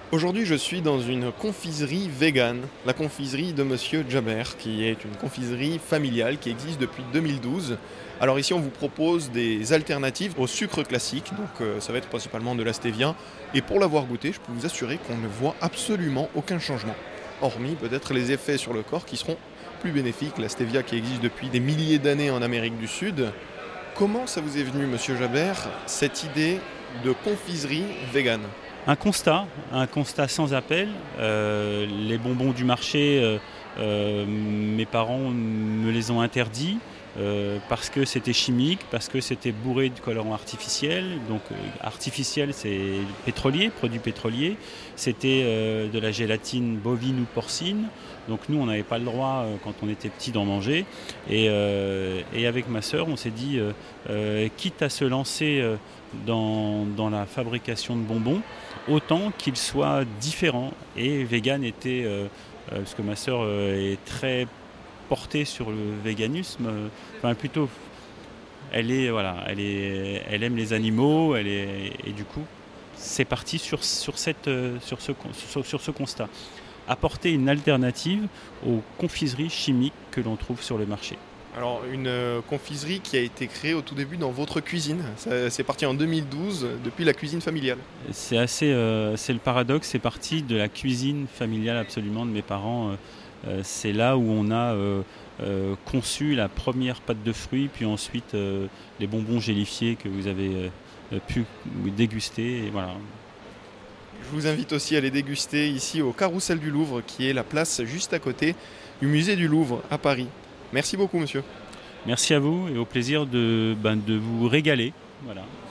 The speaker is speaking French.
Aujourd'hui, je suis dans une confiserie végane, la confiserie de Monsieur Jaber, qui est une confiserie familiale qui existe depuis 2012. Alors ici, on vous propose des alternatives au sucre classique, donc ça va être principalement de la stevia. Et pour l'avoir goûté, je peux vous assurer qu'on ne voit absolument aucun changement, hormis peut-être les effets sur le corps qui seront plus bénéfiques. La stevia qui existe depuis des milliers d'années en Amérique du Sud. Comment ça vous est venu, Monsieur Jaber, cette idée de confiserie végane? Un constat sans appel. Les bonbons du marché, mes parents me les ont interdits parce que c'était chimique, parce que c'était bourré de colorants artificiels. Donc artificiel, c'est pétrolier, produit pétrolier. C'était de la gélatine bovine ou porcine. Donc nous, on n'avait pas le droit quand on était petit d'en manger. Et avec ma sœur, on s'est dit, quitte à se lancer dans la fabrication de bonbons, autant qu'ils soient différents. Et vegan était, parce que ma sœur est très portée sur le véganisme, enfin plutôt, elle aime les animaux, et du coup, c'est parti sur ce constat. Apporter une alternative aux confiseries chimiques que l'on trouve sur le marché. Alors, une confiserie qui a été créée au tout début dans votre cuisine. C'est parti en 2012, depuis la cuisine familiale. C'est le paradoxe, c'est parti de la cuisine familiale absolument de mes parents. C'est là où on a conçu la première pâte de fruits, puis ensuite les bonbons gélifiés que vous avez pu déguster. Et voilà. Je vous invite aussi à les déguster ici au Carrousel du Louvre, qui est la place juste à côté du musée du Louvre à Paris. Merci beaucoup, monsieur. Merci à vous et au plaisir de vous régaler. Voilà.